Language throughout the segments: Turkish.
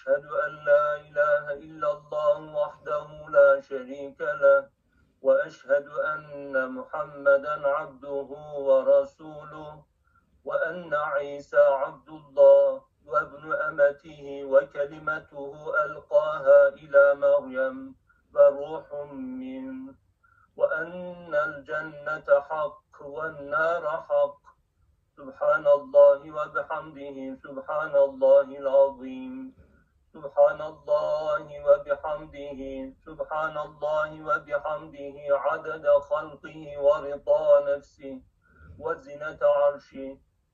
وأشهد أن لا إله إلا الله وحده لا شريك له وأشهد أن محمدا عبده ورسوله وأن عيسى عبد الله وابن أمته وكلمته ألقاها إلى مريم وروح منه وأن الجنة حق والنار حق سبحان الله وبحمده سبحان الله العظيم سبحان الله وبحمده سبحان الله وبحمده عدد خلقه ورضا نفسه وزنة عرشه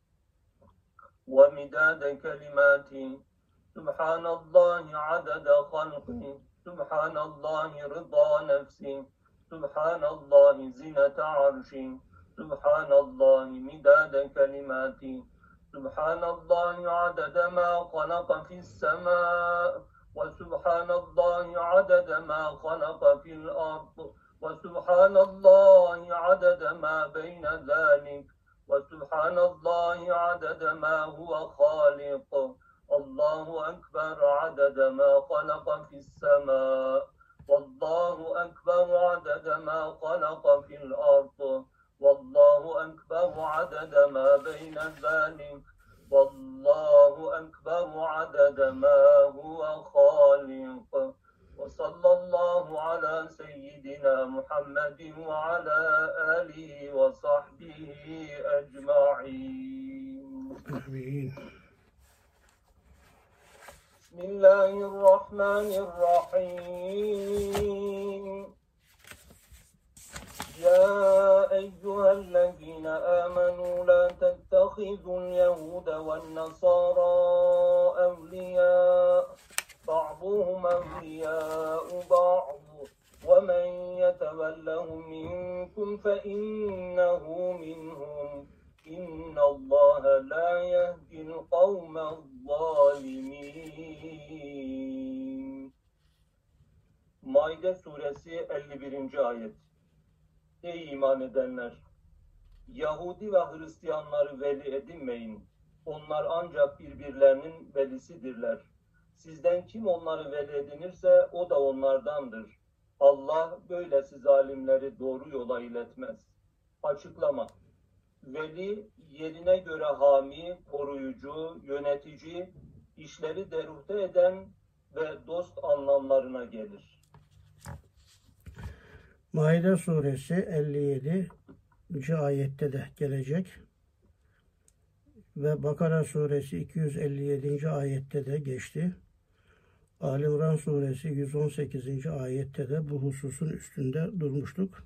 ومداد كلماته سبحان الله عدد خلقه سبحان الله رضا نفسه سبحان الله زنة عرشه سبحان الله مداد كلماته سبحان الله عدد ما خلق في السماء وسبحان الله عدد ما خلق في الأرض وسبحان الله عدد ما بين ذلك وسبحان الله عدد ما هو خالق الله أكبر عدد ما خلق في السماء والله أكبر عدد ما خلق في الأرض والله أكبر عدد ما بين ذلك والله أكبر عدد ما هو خالق وصلى الله على سيدنا محمد وعلى آله وصحبه أجمعين آمين. بسم الله الرحمن الرحيم يا أيها الذين آمنوا لا تتخذوا اليهود والنصارى أولياء بعضهم أولياء بعض ومن يتولهم منكم فإنه منهم إن الله لا يهدي القوم الظالمين. Maide suresi 51. ayet. Ey iman edenler! Yahudi ve Hristiyanları veli edinmeyin. Onlar ancak birbirlerinin velisidirler. Sizden kim onları veli edinirse o da onlardandır. Allah böylesi zalimleri doğru yola iletmez. Açıklama. Veli, yerine göre hami, koruyucu, yönetici, işleri deruhte eden ve dost anlamlarına gelir. Maide suresi 57. ayette de gelecek. Ve Bakara suresi 257. ayette de geçti. Ali İmran suresi 118. ayette de bu hususun üstünde durmuştuk.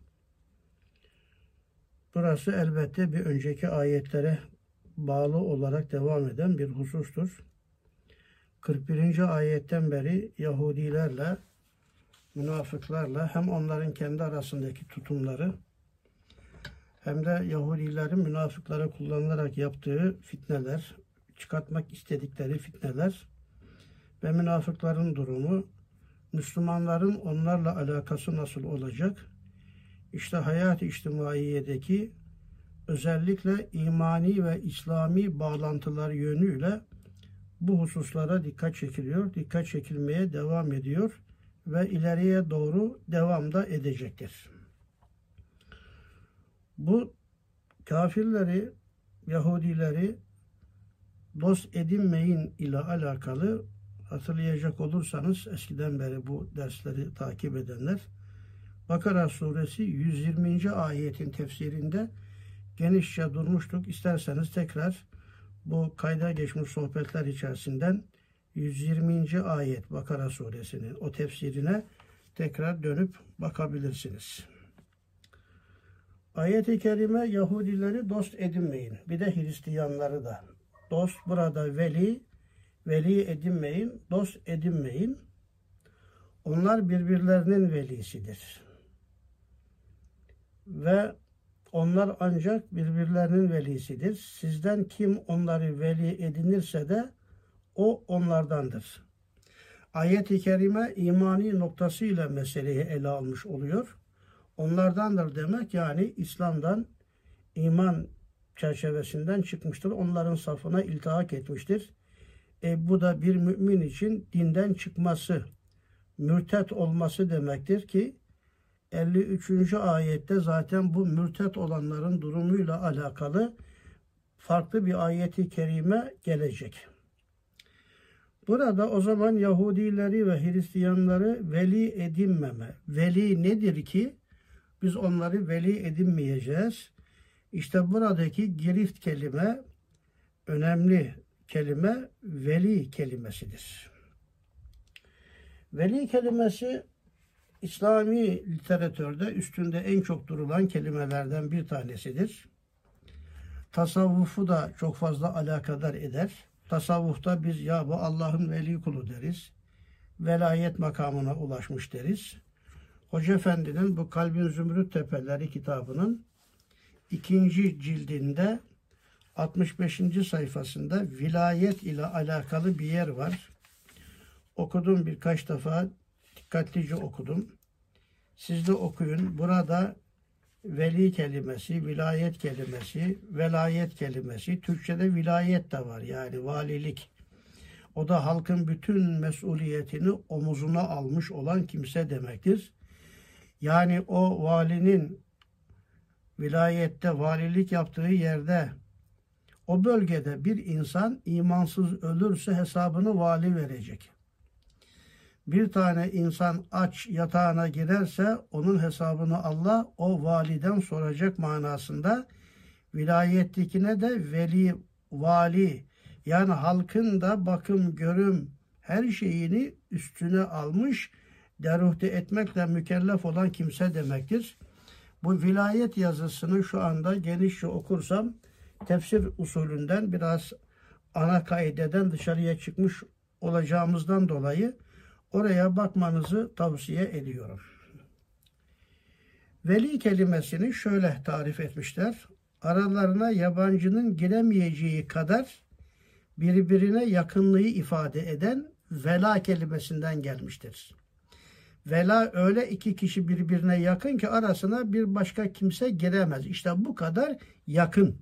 Burası elbette bir önceki ayetlere bağlı olarak devam eden bir husustur. 41. ayetten beri Yahudilerle, münafıklarla hem onların kendi arasındaki tutumları hem de Yahudilerin münafıklara kullanılarak yaptığı fitneler, çıkartmak istedikleri fitneler ve münafıkların durumu, Müslümanların onlarla alakası nasıl olacak? İşte hayat-ı içtimaiyedeki özellikle imani ve İslami bağlantılar yönüyle bu hususlara dikkat çekiliyor, dikkat çekilmeye devam ediyor ve ileriye doğru devam da edecektir. Bu kafirleri, Yahudileri dost edinmeyin ile alakalı hatırlayacak olursanız eskiden beri bu dersleri takip edenler Bakara suresi 120. ayetin tefsirinde genişçe durmuştuk. İsterseniz tekrar bu kayda geçmiş sohbetler içerisinden 120. ayet Bakara suresinin o tefsirine tekrar dönüp bakabilirsiniz. Ayet-i kerime Yahudileri dost edinmeyin. Bir de Hristiyanları da. Dost burada veli edinmeyin, dost edinmeyin. Onlar birbirlerinin velisidir. Ve onlar ancak birbirlerinin velisidir. Sizden kim onları veli edinirse de o onlardandır. Ayet-i kerime imani noktasıyla meseleyi ele almış oluyor. Onlardandır demek yani İslam'dan, iman çerçevesinden çıkmıştır. Onların safına iltihak etmiştir. Bu da bir mümin için dinden çıkması, mürtet olması demektir ki 53. ayette zaten bu mürtet olanların durumuyla alakalı farklı bir ayeti kerime gelecek. Burada o zaman Yahudileri ve Hristiyanları veli edinmeme. Veli nedir ki? Biz onları veli edinmeyeceğiz. İşte buradaki girift kelime, önemli kelime veli kelimesidir. Veli kelimesi İslami literatürde üstünde en çok durulan kelimelerden bir tanesidir. Tasavvufu da çok fazla alakadar eder. Tasavvufta biz ya bu Allah'ın veli kulu deriz. Velayet makamına ulaşmış deriz. Hoca Efendi'nin bu Kalbin Zümrüt Tepeleri kitabının 2. cildinde 65. sayfasında vilayet ile alakalı bir yer var. Okudum birkaç defa, dikkatlice okudum. Siz de okuyun. Burada veli kelimesi, vilayet kelimesi, velayet kelimesi, Türkçe'de vilayet de var yani valilik. O da halkın bütün mesuliyetini omuzuna almış olan kimse demektir. Yani o valinin vilayette valilik yaptığı yerde, o bölgede bir insan imansız ölürse hesabını vali verecek. Bir tane insan aç yatağına girerse onun hesabını Allah o validen soracak manasında. Vilayettekine de veli, vali, yani halkın da bakım, görüm her şeyini üstüne almış, deruhte etmekle mükellef olan kimse demektir. Bu vilayet yazısını şu anda genişçe okursam tefsir usulünden biraz ana kaideden dışarıya çıkmış olacağımızdan dolayı oraya bakmanızı tavsiye ediyorum. Veli kelimesini şöyle tarif etmişler. Aralarına yabancının giremeyeceği kadar birbirine yakınlığı ifade eden vela kelimesinden gelmiştir. Vela öyle iki kişi birbirine yakın ki arasına bir başka kimse giremez. İşte bu kadar yakın.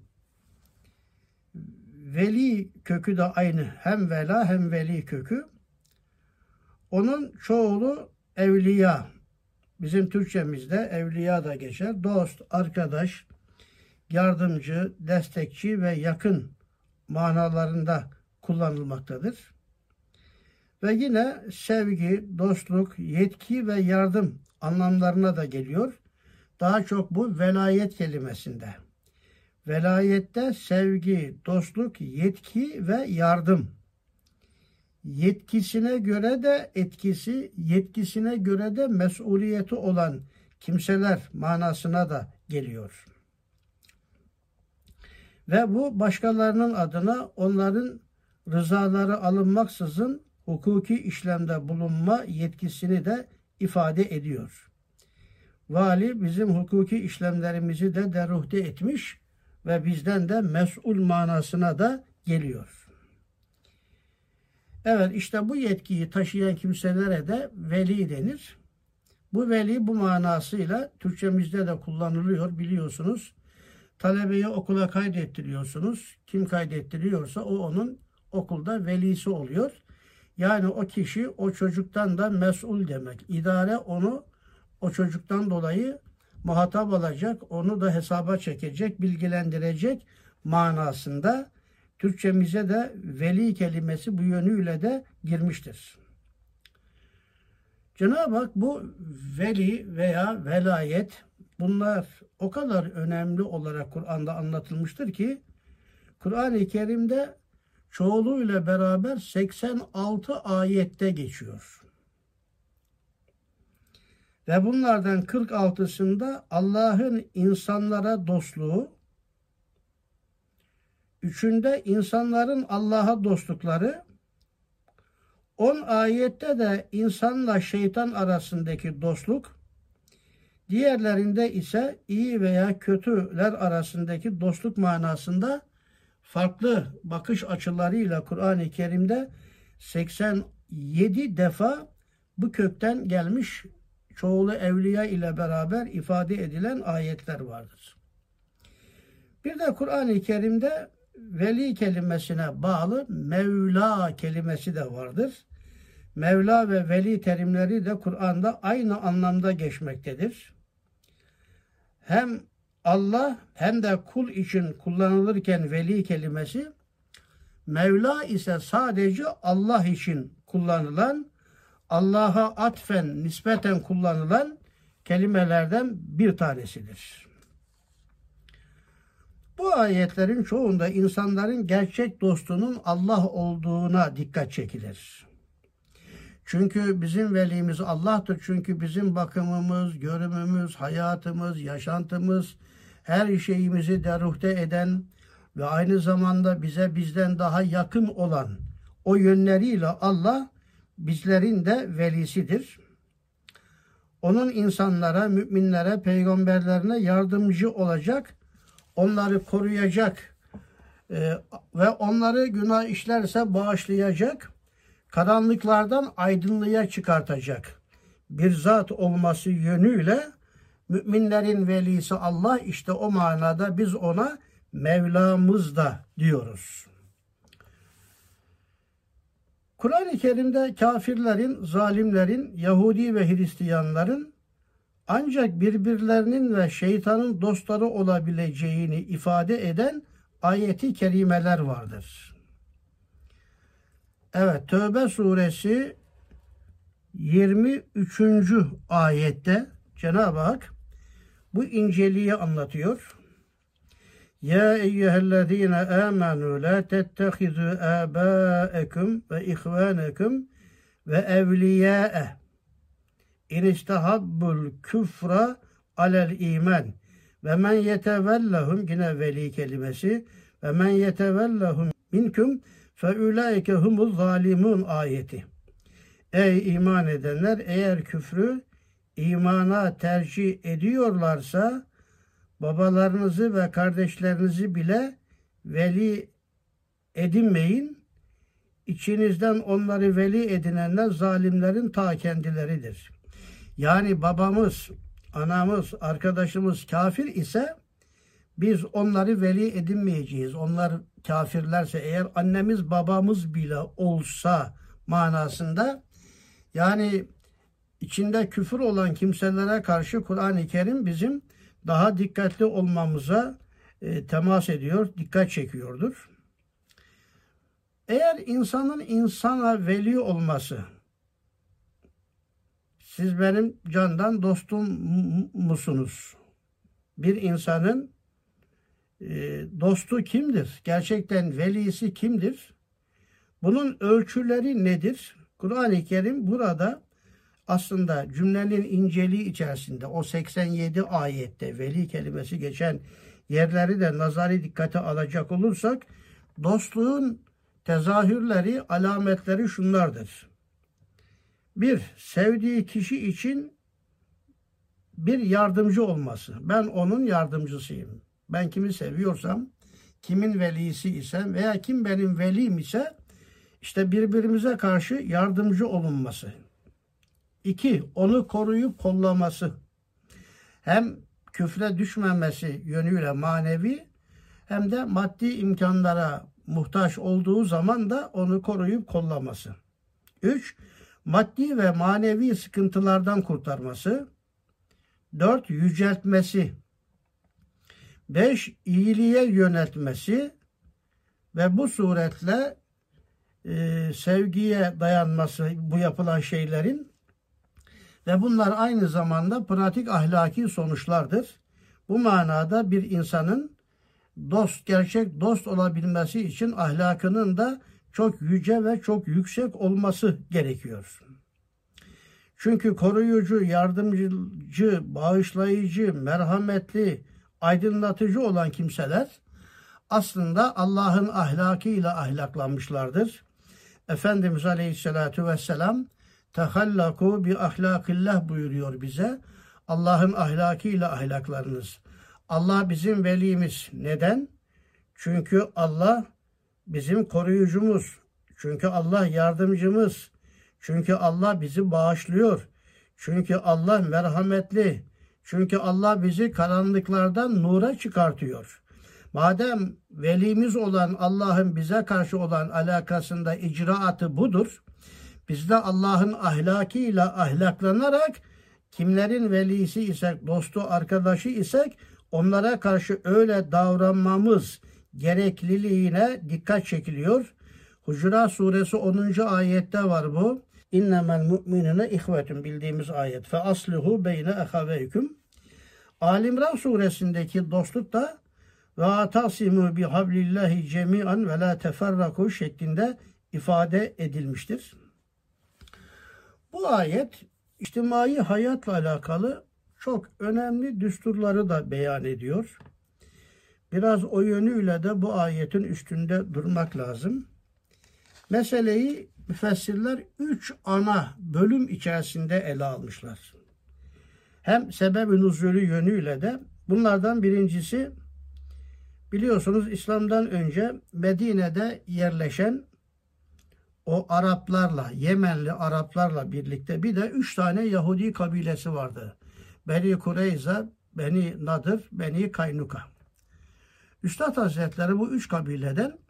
Veli kökü de aynı. Hem vela hem veli kökü. Onun çoğulu evliya. Bizim Türkçemizde evliya da geçer. Dost, arkadaş, yardımcı, destekçi ve yakın manalarında kullanılmaktadır. Ve yine sevgi, dostluk, yetki ve yardım anlamlarına da geliyor. Daha çok bu velayet kelimesinde. Velayette sevgi, dostluk, yetki ve yardım. Yetkisine göre de etkisi, yetkisine göre de mesuliyeti olan kimseler manasına da geliyor. Ve bu başkalarının adına onların rızaları alınmaksızın hukuki işlemde bulunma yetkisini de ifade ediyor. Vali bizim hukuki işlemlerimizi de deruhte etmiş ve bizden de mesul manasına da geliyor. Evet, işte bu yetkiyi taşıyan kimselere de veli denir. Bu veli bu manasıyla Türkçemizde de kullanılıyor biliyorsunuz. Talebeyi okula kaydettiriyorsunuz. Kim kaydettiriyorsa o onun okulda velisi oluyor. Yani o kişi o çocuktan da mesul demek. İdare onu o çocuktan dolayı muhatap alacak, onu da hesaba çekecek, bilgilendirecek manasında. Türkçemize de veli kelimesi bu yönüyle de girmiştir. Cenab-ı Hak bu veli veya velayet bunlar o kadar önemli olarak Kur'an'da anlatılmıştır ki Kur'an-ı Kerim'de çoğuluyla beraber 86 ayette geçiyor. Ve bunlardan 46'sında Allah'ın insanlara dostluğu, 3'ünde insanların Allah'a dostlukları, 10 ayette de insanla şeytan arasındaki dostluk, diğerlerinde ise iyi veya kötüler arasındaki dostluk manasında farklı bakış açılarıyla Kur'an-ı Kerim'de 87 defa bu kökten gelmiş çoğulu evliya ile beraber ifade edilen ayetler vardır. Bir de Kur'an-ı Kerim'de veli kelimesine bağlı Mevla kelimesi de vardır. Mevla ve veli terimleri de Kur'an'da aynı anlamda geçmektedir. Hem Allah hem de kul için kullanılırken veli kelimesi, Mevla ise sadece Allah için kullanılan, Allah'a atfen, nispeten kullanılan kelimelerden bir tanesidir. Bu ayetlerin çoğunda insanların gerçek dostunun Allah olduğuna dikkat çekilir. Çünkü bizim velimiz Allah'tır. Çünkü bizim bakımımız, görümümüz, hayatımız, yaşantımız, her şeyimizi deruhte eden ve aynı zamanda bize bizden daha yakın olan o yönleriyle Allah bizlerin de velisidir. Onun insanlara, müminlere, peygamberlerine yardımcı olacak, onları koruyacak ve onları günah işlerse bağışlayacak, karanlıklardan aydınlığa çıkartacak bir zat olması yönüyle müminlerin velisi Allah, işte o manada biz ona Mevlamız da diyoruz. Kur'an-ı Kerim'de kafirlerin, zalimlerin, Yahudi ve Hristiyanların ancak birbirlerinin ve şeytanın dostları olabileceğini ifade eden ayeti kerimeler vardır. Evet, Tövbe suresi 23. ayette Cenab-ı Hak bu inceliği anlatıyor. Ya eyyühellezine amenu la tettehizu âbâekum ve ihvânekum ve evliyâe in istahabbul küfra alel iman ve men yetevellahum, yine veli kelimesi, ve men yetevellahum minkum fe ulaike humuz zalimun ayeti. Ey iman edenler, eğer küfrü imana tercih ediyorlarsa babalarınızı ve kardeşlerinizi bile veli edinmeyin. İçinizden onları veli edinenler zalimlerin ta kendileridir. Yani babamız, anamız, arkadaşımız kafir ise biz onları veli edinmeyeceğiz. Onlar kafirlerse eğer, annemiz babamız bile olsa manasında, yani içinde küfür olan kimselere karşı Kur'an-ı Kerim bizim daha dikkatli olmamıza temas ediyor, dikkat çekiyordur. Eğer insanın insana veli olması, siz benim candan dostum musunuz? Bir insanın dostu kimdir? Gerçekten velisi kimdir? Bunun ölçüleri nedir? Kur'an-ı Kerim burada aslında cümlenin inceliği içerisinde o 87 ayette veli kelimesi geçen yerleri de nazari dikkate alacak olursak, dostluğun tezahürleri, alametleri şunlardır. Bir, sevdiği kişi için bir yardımcı olması. Ben onun yardımcısıyım. Ben kimi seviyorsam, kimin velisi isem veya kim benim velim ise, işte birbirimize karşı yardımcı olunması. İki, onu koruyup kollaması. Hem küfre düşmemesi yönüyle manevi, hem de maddi imkanlara muhtaç olduğu zaman da onu koruyup kollaması. Üç, maddi ve manevi sıkıntılardan kurtarması. Dört, yüceltmesi. Beş, iyiliğe yöneltmesi ve bu suretle sevgiye dayanması bu yapılan şeylerin. Ve bunlar aynı zamanda pratik ahlaki sonuçlardır. Bu manada bir insanın gerçek dost olabilmesi için ahlakının da çok yüce ve çok yüksek olması gerekiyor. Çünkü koruyucu, yardımcı, bağışlayıcı, merhametli, aydınlatıcı olan kimseler aslında Allah'ın ahlakıyla ahlaklanmışlardır. Efendimiz Aleyhisselatü Vesselam tehallaku bi ahlakillah buyuruyor bize. Allah'ın ahlakıyla ahlaklarınız. Allah bizim velimiz. Neden? Çünkü Allah bizim koruyucumuz. Çünkü Allah yardımcımız. Çünkü Allah bizi bağışlıyor. Çünkü Allah merhametli. Çünkü Allah bizi karanlıklardan nura çıkartıyor. Madem velimiz olan Allah'ın bize karşı olan alakasında icraatı budur, biz de Allah'ın ahlakıyla ahlaklanarak kimlerin velisi isek, dostu, arkadaşı isek onlara karşı öyle davranmamız gerekliliğine dikkat çekiliyor. Hucurat suresi 10. ayette var bu. İnnemel mu'minine ihvetun, bildiğimiz ayet. Fe aslihu beyne ehaveyküm. Ali İmran suresindeki dostluk da ve atasimu bi hablillahi cemi'an ve la teferraku şeklinde ifade edilmiştir. Bu ayet içtimai hayatla alakalı çok önemli düsturları da beyan ediyor. Biraz o yönüyle de bu ayetin üstünde durmak lazım. Meseleyi müfessirler 3 ana bölüm içerisinde ele almışlar. Hem sebeb-i nuzulü yönüyle de bunlardan birincisi, biliyorsunuz İslam'dan önce Medine'de yerleşen o Araplarla, Yemenli Araplarla birlikte bir de 3 tane Yahudi kabilesi vardı. Beni Kureyza, Beni Nadir, Beni Kaynuka. Üstad Hazretleri bu 3 kabileden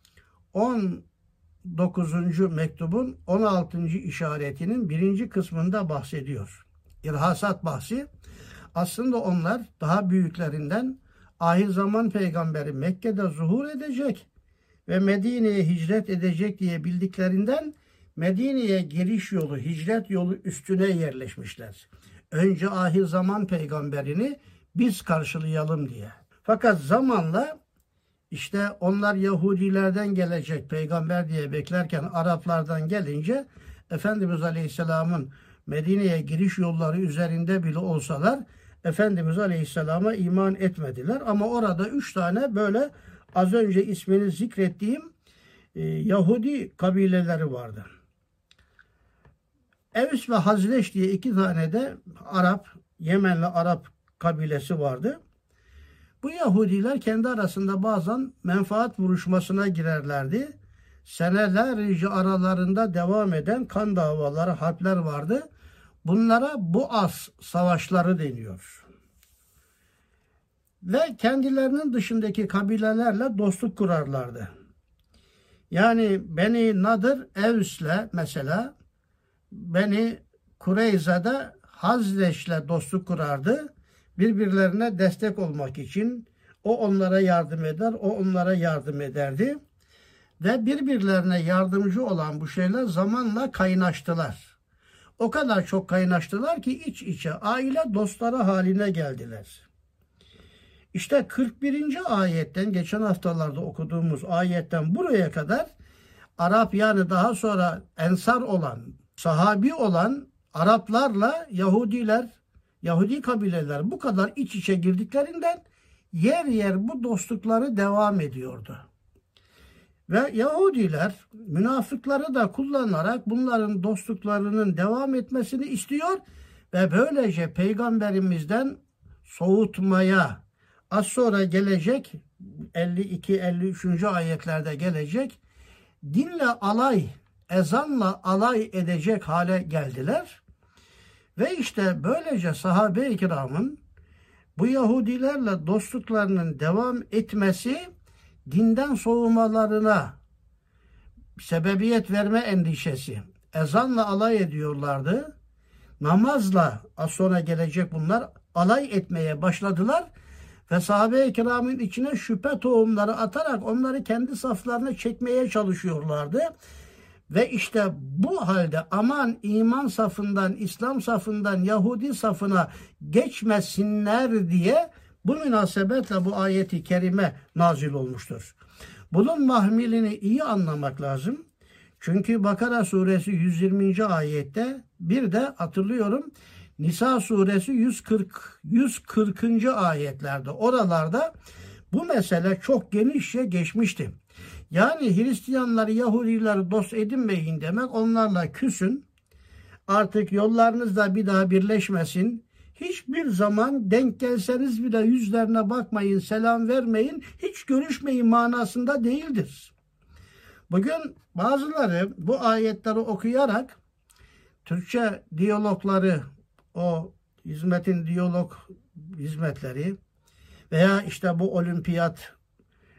19. mektubun 16. işaretinin 1. kısmında bahsediyor. İrhasat bahsi. Aslında onlar daha büyüklerinden ahir zaman peygamberi Mekke'de zuhur edecek ve Medine'ye hicret edecek diye bildiklerinden Medine'ye giriş yolu, hicret yolu üstüne yerleşmişler. Önce ahir zaman peygamberini biz karşılayalım diye. Fakat zamanla işte onlar Yahudilerden gelecek peygamber diye beklerken Araplardan gelince Efendimiz Aleyhisselam'ın Medine'ye giriş yolları üzerinde bile olsalar Efendimiz Aleyhisselam'a iman etmediler. Ama orada 3 tane böyle az önce ismini zikrettiğim Yahudi kabileleri vardı. Evs ve Hazreç diye 2 tane de Arap, Yemenli Arap kabilesi vardı. Bu Yahudiler kendi arasında bazen menfaat vuruşmasına girerlerdi. Senelerce aralarında devam eden kan davaları, harpler vardı. Bunlara Buas savaşları deniyor. Ve kendilerinin dışındaki kabilelerle dostluk kurarlardı. Yani Beni Nadir Evs'le mesela, Beni Kureyza'da Hazreç'le dostluk kurardı. Birbirlerine destek olmak için o onlara yardım eder, o onlara yardım ederdi. Ve birbirlerine yardımcı olan bu şeyler zamanla kaynaştılar. O kadar çok kaynaştılar ki iç içe aile dostları haline geldiler. İşte 41. ayetten, geçen haftalarda okuduğumuz ayetten buraya kadar Arap, yani daha sonra ensar olan, sahabi olan Araplarla Yahudiler, Yahudi kabileler bu kadar iç içe girdiklerinden yer yer bu dostlukları devam ediyordu. Ve Yahudiler münafıkları da kullanarak bunların dostluklarının devam etmesini istiyor ve böylece peygamberimizden soğutmaya, az sonra gelecek 52-53. ayetlerde gelecek dinle alay, ezanla alay edecek hale geldiler. Ve işte böylece sahabe-i kiramın bu Yahudilerle dostluklarının devam etmesi dinden soğumalarına sebebiyet verme endişesi. Ezanla alay ediyorlardı. Namazla, az sonra gelecek bunlar, alay etmeye başladılar. Ve sahabe-i kiramın içine şüphe tohumları atarak onları kendi saflarına çekmeye çalışıyorlardı. Ve işte bu halde aman iman safından, İslam safından Yahudi safına geçmesinler diye bu münasebetle bu ayeti kerime nazil olmuştur. Bunun mahmilini iyi anlamak lazım. Çünkü Bakara suresi 120. ayette, bir de hatırlıyorum Nisa suresi 140. ayetlerde, oralarda bu mesele çok genişçe geçmişti. Yani Hristiyanları, Yahudileri dost edinmeyin demek, onlarla küsün, artık yollarınızda bir daha birleşmesin, hiçbir zaman denk gelseniz bile yüzlerine bakmayın, selam vermeyin, hiç görüşmeyin manasında değildir. Bugün bazıları bu ayetleri okuyarak Türkçe diyalogları, o hizmetin diyalog hizmetleri veya işte bu olimpiyat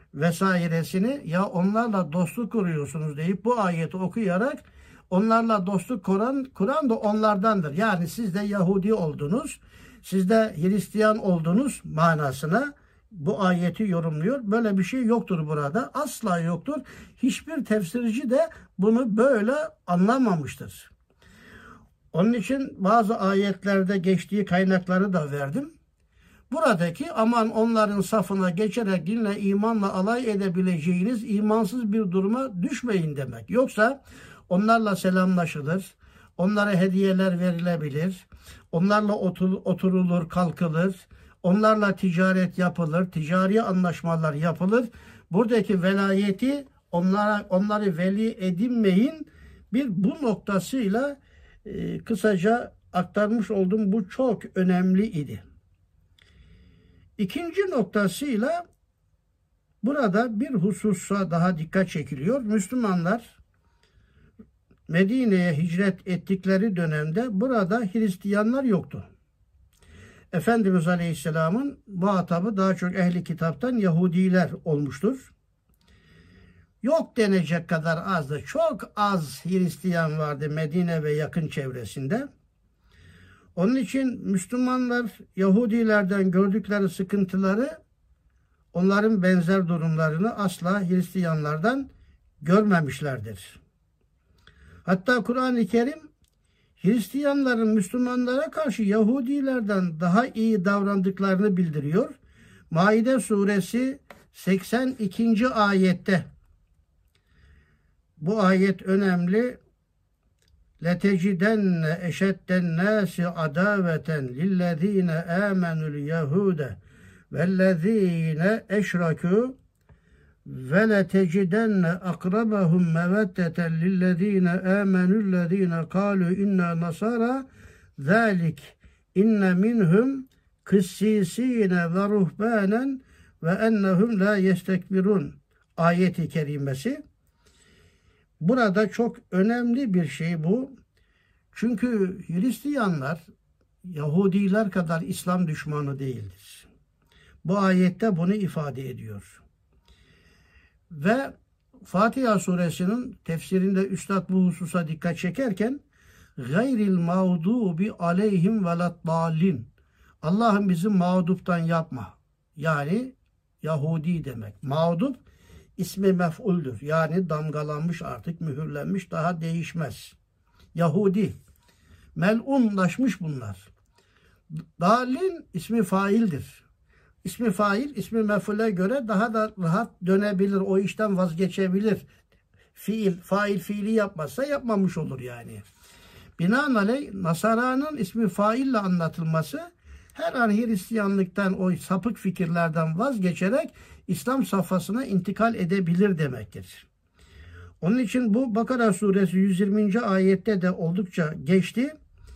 vesairesini, ya onlarla dostluk kuruyorsunuz deyip bu ayeti okuyarak onlarla dostluk kuran da onlardandır. Yani siz de Yahudi oldunuz, siz de Hristiyan oldunuz manasına bu ayeti yorumluyor. Böyle bir şey yoktur burada. Asla yoktur. Hiçbir tefsirci de bunu böyle anlamamıştır. Onun için bazı ayetlerde geçtiği kaynakları da verdim. Buradaki aman onların safına geçerek dinle, imanla alay edebileceğiniz imansız bir duruma düşmeyin demek. Yoksa onlarla selamlaşılır, onlara hediyeler verilebilir, onlarla oturulur, kalkılır, onlarla ticaret yapılır, ticari anlaşmalar yapılır. Buradaki velayeti onları veli edinmeyin bir bu noktasıyla kısaca aktarmış olduğum bu çok önemli idi. İkinci noktasıyla burada bir hususa daha dikkat çekiliyor. Müslümanlar Medine'ye hicret ettikleri dönemde burada Hristiyanlar yoktu. Efendimiz Aleyhisselam'ın muhatabı daha çok ehli kitaptan Yahudiler olmuştur. Yok denecek kadar azdı. Çok az Hristiyan vardı Medine ve yakın çevresinde. Onun için Müslümanlar Yahudilerden gördükleri sıkıntıları, onların benzer durumlarını asla Hristiyanlardan görmemişlerdir. Hatta Kur'an-ı Kerim Hristiyanların Müslümanlara karşı Yahudilerden daha iyi davrandıklarını bildiriyor. Maide suresi 82. ayette. Bu ayet önemli. لَتَجِدَنَّ اَشَدَّ النَّاسِ عَدَاوَةً لِلَّذ۪ينَ آمَنُوا الْيَهُودَ وَالَّذ۪ينَ اَشْرَكُوا وَلَتَجِدَنَّ أَقْرَبَهُمْ مَوَدَّةً لِلَّذ۪ينَ آمَنُوا الَّذ۪ينَ قَالُوا اِنَّا نَصَارَى ذَٰلِكَ اِنَّ مِنْهُمْ قِسِّيس۪ينَ وَرُهْبَانًا وَاَنَّهُمْ لَا يَسْتَكْبِرُونَ ayeti kerimesi. Burada çok önemli bir şey bu. Çünkü Hristiyanlar Yahudiler kadar İslam düşmanı değildir. Bu ayette bunu ifade ediyor. Ve Fatiha suresinin tefsirinde Üstad bu hususa dikkat çekerken gayril mağdubi aleyhim veleddallin, Allah'ım bizi mağduptan yapma. Yani Yahudi demek. Mağdup ismi mef'uldür. Yani damgalanmış, artık mühürlenmiş, daha değişmez. Yahudi. Melunlaşmış bunlar. Dalin ismi faildir. İsmi fail, ismi mef'ule göre daha da rahat dönebilir. O işten vazgeçebilir. Fail fiili yapmazsa yapmamış olur yani. Binaenaleyh Nasara'nın ismi faille anlatılması her an Hristiyanlıktan, o sapık fikirlerden vazgeçerek İslam safhasına intikal edebilir demektir. Onun için bu Bakara suresi 120. ayette de oldukça geçti.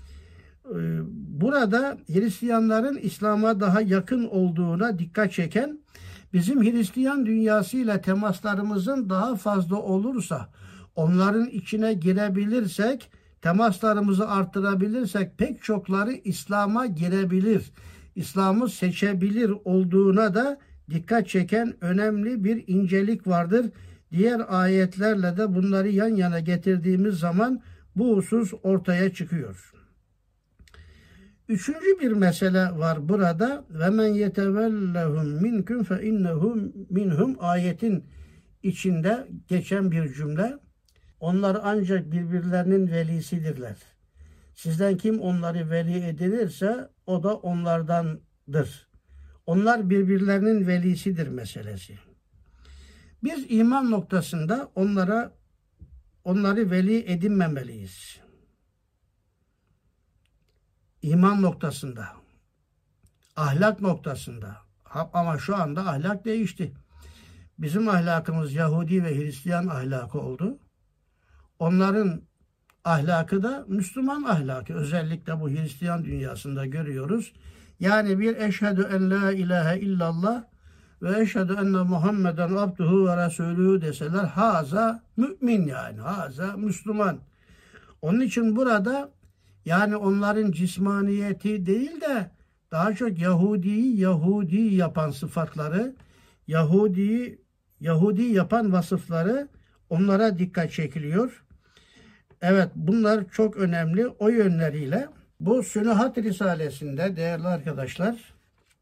Burada Hristiyanların İslam'a daha yakın olduğuna dikkat çeken, bizim Hristiyan dünyasıyla temaslarımızın daha fazla olursa, onların içine girebilirsek, temaslarımızı arttırabilirsek pek çokları İslam'a girebilir, İslam'ı seçebilir olduğuna da dikkat çeken önemli bir incelik vardır. Diğer ayetlerle de bunları yan yana getirdiğimiz zaman bu husus ortaya çıkıyor. Üçüncü bir mesele var burada. Ve men yetevellehum minkum fe innehum minhum ayetin içinde geçen bir cümle. Onlar ancak birbirlerinin velisidirler. Sizden kim onları veli edinirse o da onlardandır. Onlar birbirlerinin velisidir meselesi. Biz iman noktasında onları veli edinmemeliyiz. İman noktasında, ahlak noktasında. Ama şu anda ahlak değişti. Bizim ahlakımız Yahudi ve Hristiyan ahlakı oldu. Onların ahlakı da Müslüman ahlakı. Özellikle bu Hristiyan dünyasında görüyoruz. Yani bir eşhedü en la ilahe illallah ve eşhedü enne Muhammeden abduhu ve resulühü deseler, haza mümin, yani haza Müslüman. Onun için burada yani onların cismaniyeti değil de daha çok Yahudi yapan sıfatları, Yahudi'yi Yahudi yapan vasıfları onlara dikkat çekiliyor. Evet, bunlar çok önemli o yönleriyle. Bu Sünuhat Risalesi'nde değerli arkadaşlar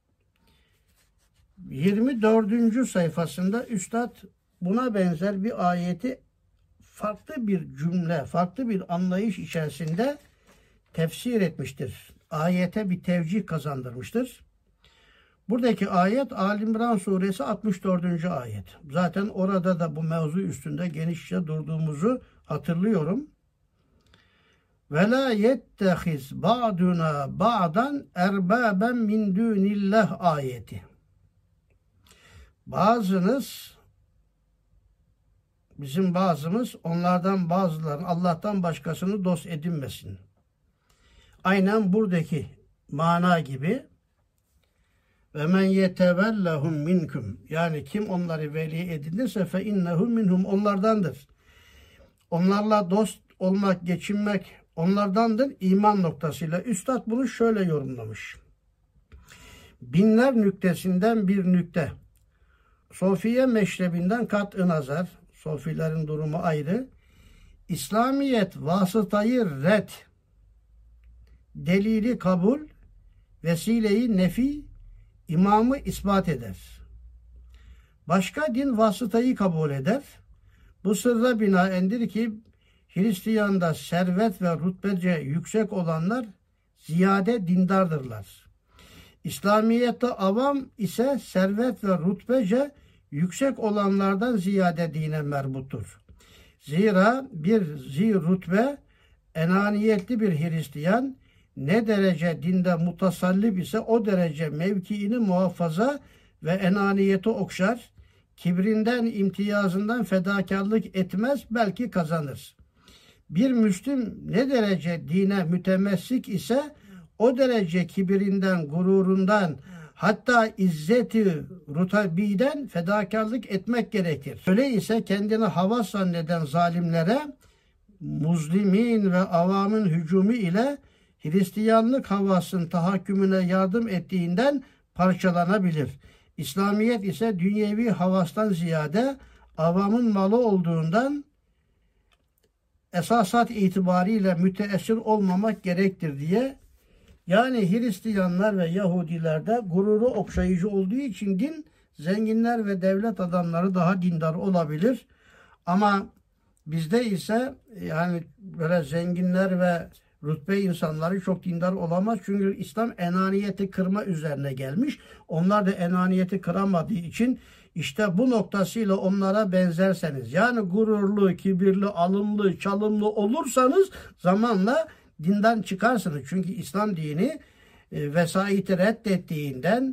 24. sayfasında Üstad buna benzer bir ayeti farklı bir cümle, farklı bir anlayış içerisinde tefsir etmiştir. Ayete bir tevcih kazandırmıştır. Buradaki ayet Ali İmran suresi 64. ayet. Zaten orada da bu mevzu üstünde genişçe durduğumuzu hatırlıyorum. Ve la yettehiz ba'duna ba'dan erbaben min dunillah ayeti. Bizim bazımız onlardan bazılarını Allah'tan başkasını dost edinmesin. Aynen buradaki mana gibi ve men yetevellahum minkum, yani kim onları veli edinirse fe innehum minhum, onlardandır. Onlarla dost olmak, geçinmek onlardandır iman noktasıyla. Üstad bunu şöyle yorumlamış. Binler nüktesinden bir nükte. Sofiye meşrebinden kat-ı nazar, Sofilerin durumu ayrı. İslamiyet vasıtayı red, delili kabul, vesileyi nefi, imamı ispat eder. Başka din vasıtayı kabul eder. Bu sırra binaendir ki Hristiyan'da servet ve rütbece yüksek olanlar ziyade dindardırlar. İslamiyet'te avam ise servet ve rütbece yüksek olanlardan ziyade dine merbuttur. Zira bir rütbe enaniyetli bir Hristiyan ne derece dinde mutasallip ise o derece mevkiini muhafaza ve enaniyeti okşar, kibrinden, imtiyazından fedakarlık etmez, belki kazanır. Bir Müslüm ne derece dine mütemessik ise o derece kibirinden, gururundan, hatta izzeti rutabiden fedakarlık etmek gerekir. Öyleyse kendini havas zanneden zalimlere muzlimin ve avamın hücumu ile Hristiyanlık havasının tahakkümüne yardım ettiğinden parçalanabilir. İslamiyet ise dünyevi havastan ziyade avamın malı olduğundan esasat itibariyle müteessir olmamak gerektir diye, yani Hristiyanlar ve Yahudilerde gururu okşayıcı olduğu için din, zenginler ve devlet adamları daha dindar olabilir. Ama bizde ise yani böyle zenginler ve rütbe insanları çok dindar olamaz. Çünkü İslam enaniyeti kırma üzerine gelmiş. Onlar da enaniyeti kıramadığı için işte bu noktasıyla onlara benzerseniz, yani gururlu, kibirli, alımlı, çalımlı olursanız zamanla dinden çıkarsınız. Çünkü İslam dini vesayeti reddettiğinden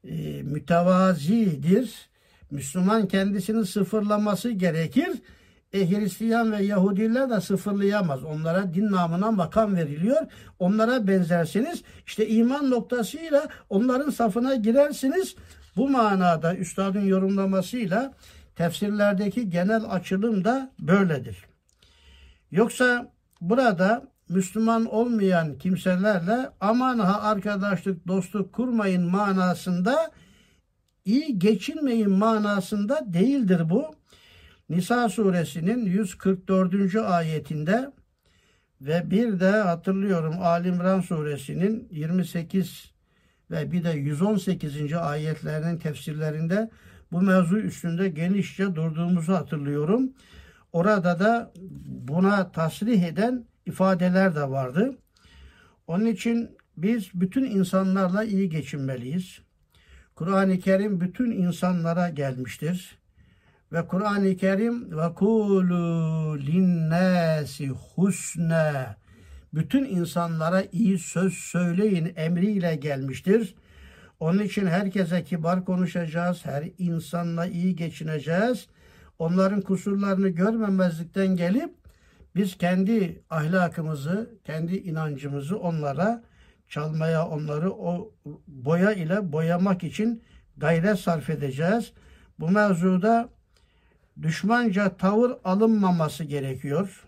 mütevazidir. Müslüman kendisini sıfırlaması gerekir. Hristiyan ve Yahudiler de sıfırlayamaz. Onlara din namına makam veriliyor. Onlara benzersiniz. İşte iman noktasıyla onların safına girersiniz. Bu manada üstadın yorumlamasıyla tefsirlerdeki genel açılım da böyledir. Yoksa burada Müslüman olmayan kimselerle aman ha arkadaşlık, dostluk kurmayın manasında, iyi geçinmeyin manasında değildir bu. Nisa suresinin 144. ayetinde ve bir de hatırlıyorum Ali İmran suresinin 28 ve bir de 118. ayetlerinin tefsirlerinde bu mevzu üstünde genişçe durduğumuzu hatırlıyorum. Orada da buna tasrih eden ifadeler de vardı. Onun için biz bütün insanlarla iyi geçinmeliyiz. Kur'an-ı Kerim bütün insanlara gelmiştir. Ve Kur'an-ı Kerim ve kulu linnâsi husna, bütün insanlara iyi söz söyleyin emriyle gelmiştir. Onun için herkese kibar konuşacağız, her insanla iyi geçineceğiz. Onların kusurlarını görmemezlikten gelip biz kendi ahlakımızı, kendi inancımızı onlara çalmaya, onları o boya ile boyamak için gayret sarf edeceğiz. Bu mevzuda düşmanca tavır alınmaması gerekiyor.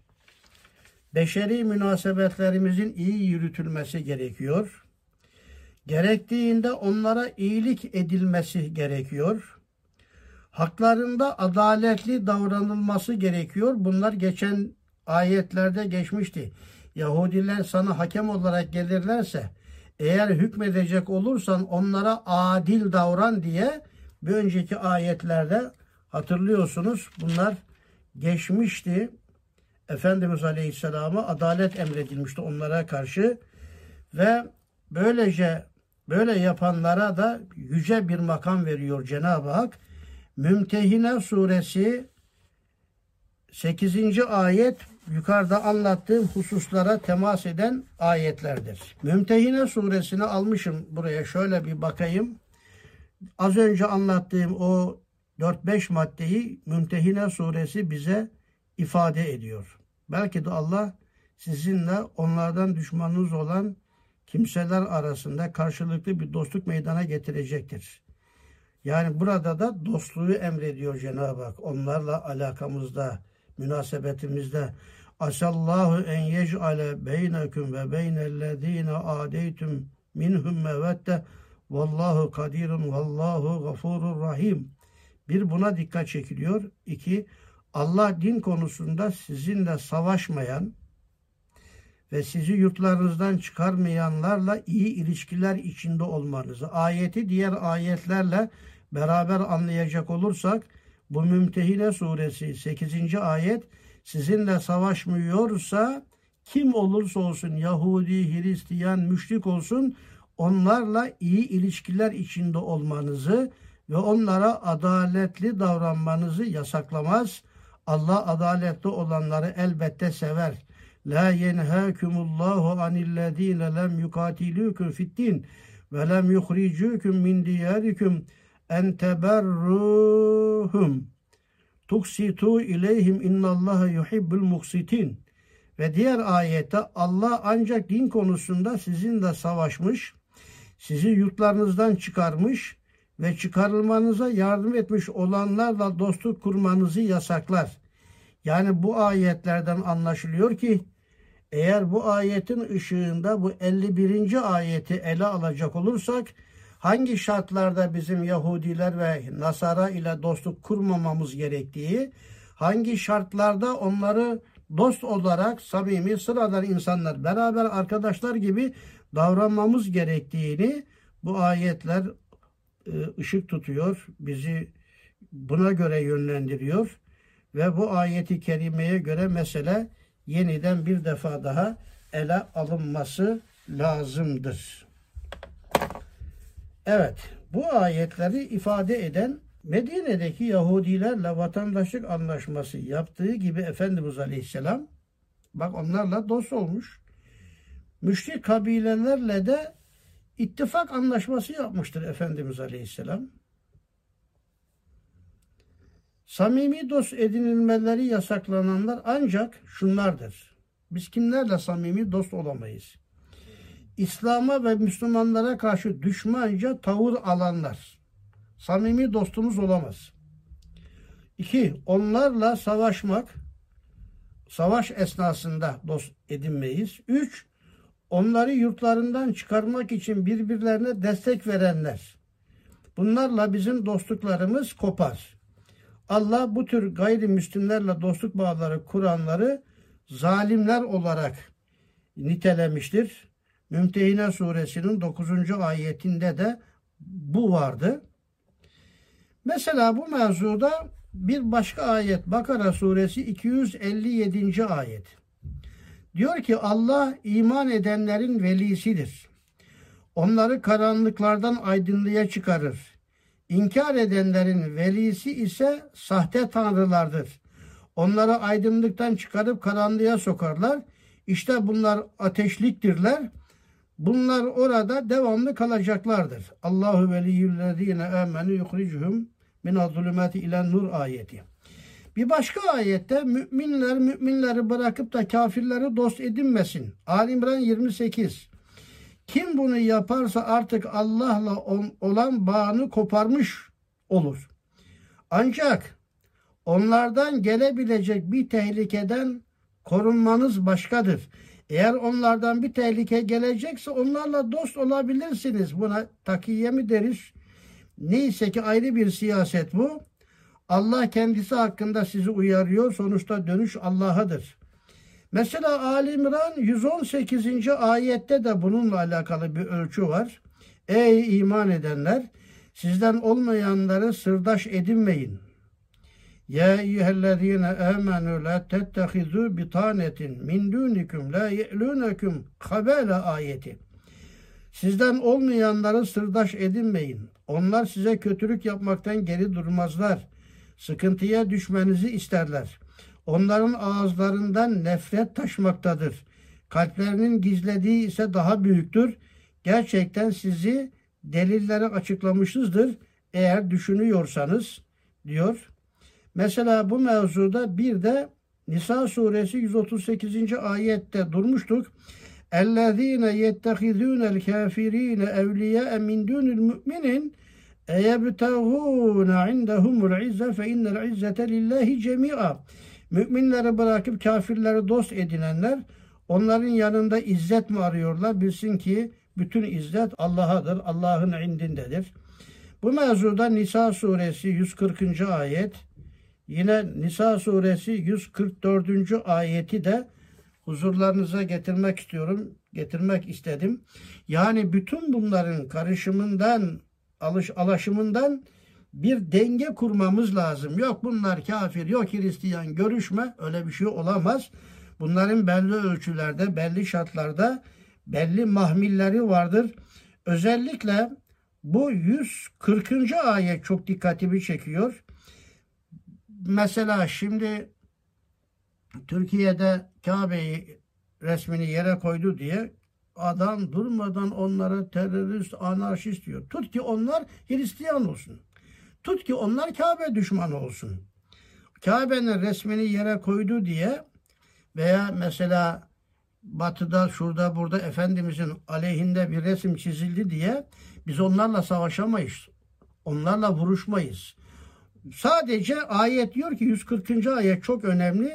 Beşeri münasebetlerimizin iyi yürütülmesi gerekiyor. Gerektiğinde onlara iyilik edilmesi gerekiyor. Haklarında adaletli davranılması gerekiyor. Bunlar geçen ayetlerde geçmişti. Yahudiler sana hakem olarak gelirlerse eğer hükmedecek olursan onlara adil davran diye bir önceki ayetlerde hatırlıyorsunuz. Bunlar geçmişti. Efendimiz Aleyhisselam'a adalet emredilmişti onlara karşı ve böylece böyle yapanlara da yüce bir makam veriyor Cenab-ı Hak. Mümtehine suresi 8. ayet yukarıda anlattığım hususlara temas eden ayetlerdir. Mümtehine suresini almışım buraya, şöyle bir bakayım. Az önce anlattığım o 4-5 maddeyi Mümtehine suresi bize ifade ediyor. Belki de Allah sizinle onlardan düşmanınız olan kimseler arasında karşılıklı bir dostluk meydana getirecektir. Yani burada da dostluğu emrediyor Cenab-ı Hak. Onlarla alakamızda, münasebetimizde. Asallahu en yec'ale beyneküm ve beynellezine adeytüm minhum mevette vallahu kadirun vallahu gafurur rahim. Bir, buna dikkat çekiliyor. 2, Allah din konusunda sizinle savaşmayan ve sizi yurtlarınızdan çıkarmayanlarla iyi ilişkiler içinde olmanızı. Ayeti diğer ayetlerle beraber anlayacak olursak bu Mümtehine suresi 8. ayet sizinle savaşmıyorsa kim olursa olsun Yahudi, Hristiyan, müşrik olsun onlarla iyi ilişkiler içinde olmanızı ve onlara adaletli davranmanızı yasaklamaz. Allah adaletli olanları elbette sever. La yenhâkumullahu anillezîne lem yukâtilûkum fiddin ve lem yuhricûkum min diyârikum en teberruhum tuksitu ileyhim innallaha yuhibbul muksitin. Ve diğer ayette Allah ancak din konusunda sizinle savaşmış, sizi yurtlarınızdan çıkarmış ve çıkarılmanıza yardım etmiş olanlarla dostluk kurmanızı yasaklar. Yani bu ayetlerden anlaşılıyor ki eğer bu ayetin ışığında bu 51. ayeti ele alacak olursak hangi şartlarda bizim Yahudiler ve Nasara ile dostluk kurmamamız gerektiği, hangi şartlarda onları dost olarak samimi, sıradan insanlar, beraber arkadaşlar gibi davranmamız gerektiğini bu ayetler ışık tutuyor, bizi buna göre yönlendiriyor ve bu ayeti kerimeye göre mesele yeniden bir defa daha ele alınması lazımdır. Evet, bu ayetleri ifade eden Medine'deki Yahudilerle vatandaşlık anlaşması yaptığı gibi Efendimiz Aleyhisselam, bak onlarla dost olmuş, müşrik kabilelerle de ittifak anlaşması yapmıştır Efendimiz Aleyhisselam. Samimi dost edinilmeleri yasaklananlar ancak şunlardır. Biz kimlerle samimi dost olamayız? İslam'a ve Müslümanlara karşı düşmanca tavır alanlar samimi dostumuz olamaz. 2, onlarla savaş esnasında dost edinmeyiz. 3, onları yurtlarından çıkarmak için birbirlerine destek verenler. Bunlarla bizim dostluklarımız kopar. Allah bu tür gayrimüslimlerle dostluk bağları kuranları zalimler olarak nitelemiştir. Mümtehine suresinin 9. ayetinde de bu vardı. Mesela bu mevzuda bir başka ayet, Bakara suresi 257. ayet. Diyor ki Allah iman edenlerin velisidir. Onları karanlıklardan aydınlığa çıkarır. İnkar edenlerin velisi ise sahte tanrılardır. Onları aydınlıktan çıkarıp karanlığa sokarlar. İşte bunlar ateşliktirler. Bunlar orada devamlı kalacaklardır. Allahu veliyyüllezine amenu yukhricuhum minaz-zulumati ilen-nur ayeti. Bir başka ayette müminleri bırakıp da kafirleri dost edinmesin. Ali İmran 28. Kim bunu yaparsa artık Allah'la olan bağını koparmış olur. Ancak onlardan gelebilecek bir tehlikeden korunmanız başkadır. Eğer onlardan bir tehlike gelecekse onlarla dost olabilirsiniz. Buna takiye mi deriz? Neyse ki ayrı bir siyaset bu. Allah kendisi hakkında sizi uyarıyor. Sonuçta dönüş Allah'adır. Mesela Ali İmran 118. ayette de bununla alakalı bir ölçü var. Ey iman edenler! Sizden olmayanları sırdaş edinmeyin. Ya eyyühellezine amenu la tettehizu bitanetin min dunikum la ye'lunekum habala ayeti. Sizden olmayanları sırdaş edinmeyin. Onlar size kötülük yapmaktan geri durmazlar. Sıkıntıya düşmenizi isterler. Onların ağızlarından nefret taşmaktadır. Kalplerinin gizlediği ise daha büyüktür. Gerçekten sizi delilleri açıklamışızdır eğer düşünüyorsanız diyor. Mesela bu mevzuda bir de Nisa suresi 138. ayette durmuştuk. اَلَّذ۪ينَ يَتَّخِذُونَ الْكَافِر۪ينَ اَوْلِيَاءَ مِنْ دُونِ الْمُؤْمِنِينَ اَيَبْتَغُونَ عِنْدَهُمُ الْعِزَّةَ فَاِنَّ الْعِزَّةَ لِلّٰهِ جَمِيعًا. Müminleri bırakıp kafirleri dost edinenler onların yanında izzet mi arıyorlar? Bilsin ki bütün izzet Allah'adır, Allah'ın indindedir. Bu mevzuda Nisa suresi 140. ayet, yine Nisa suresi 144. ayeti de huzurlarınıza getirmek istedim. Yani bütün bunların karışımından, alaşımından bir denge kurmamız lazım. Yok bunlar kafir, yok Hristiyan, görüşme, öyle bir şey olamaz. Bunların belli ölçülerde, belli şartlarda, belli mahmilleri vardır. Özellikle bu 140. ayet çok dikkatimi çekiyor. Mesela şimdi Türkiye'de Kabe'yi resmini yere koydu diye adam durmadan onlara terörist, anarşist diyor. Tut ki onlar Hristiyan olsun. Tut ki onlar Kabe düşmanı olsun. Kabe'nin resmini yere koydu diye veya mesela Batı'da şurada burada Efendimizin aleyhinde bir resim çizildi diye biz onlarla savaşamayız. Onlarla vuruşmayız. Sadece ayet diyor ki 140. ayet çok önemli.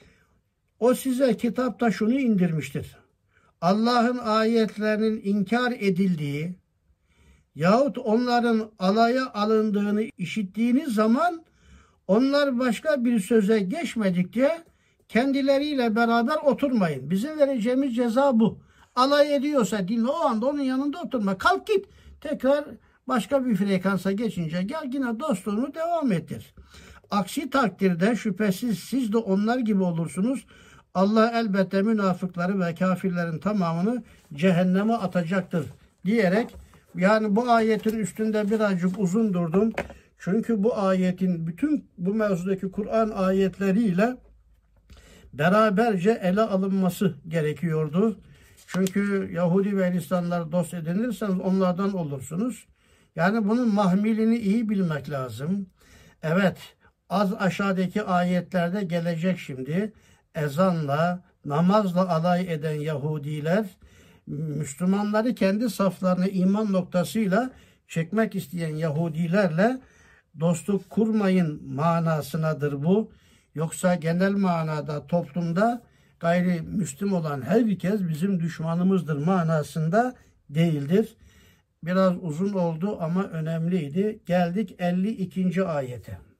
O size kitapta şunu indirmiştir. Allah'ın ayetlerinin inkar edildiği yahut onların alaya alındığını işittiğiniz zaman onlar başka bir söze geçmedikçe kendileriyle beraber oturmayın. Bizim vereceğimiz ceza bu. Alay ediyorsa dinle, o anda onun yanında oturma. Kalk git. Tekrar başka bir frekansa geçince gel yine dostluğunu devam ettir. Aksi takdirde şüphesiz siz de onlar gibi olursunuz. Allah elbette münafıkları ve kafirlerin tamamını cehenneme atacaktır diyerek, yani bu ayetin üstünde birazcık uzun durdum. Çünkü bu ayetin bütün bu mevzudaki Kur'an ayetleriyle beraberce ele alınması gerekiyordu. Çünkü Yahudi ve Hristiyanlar dost edinirseniz onlardan olursunuz. Yani bunun mahmilini iyi bilmek lazım. Evet, az aşağıdaki ayetlerde gelecek şimdi. Ezanla, namazla alay eden Yahudiler, Müslümanları kendi saflarına iman noktasıyla çekmek isteyen Yahudilerle dostluk kurmayın manasınadır bu. Yoksa genel manada toplumda gayrimüslim olan herkes bizim düşmanımızdır manasında değildir. Biraz uzun oldu ama önemliydi. Geldik 52. ayete.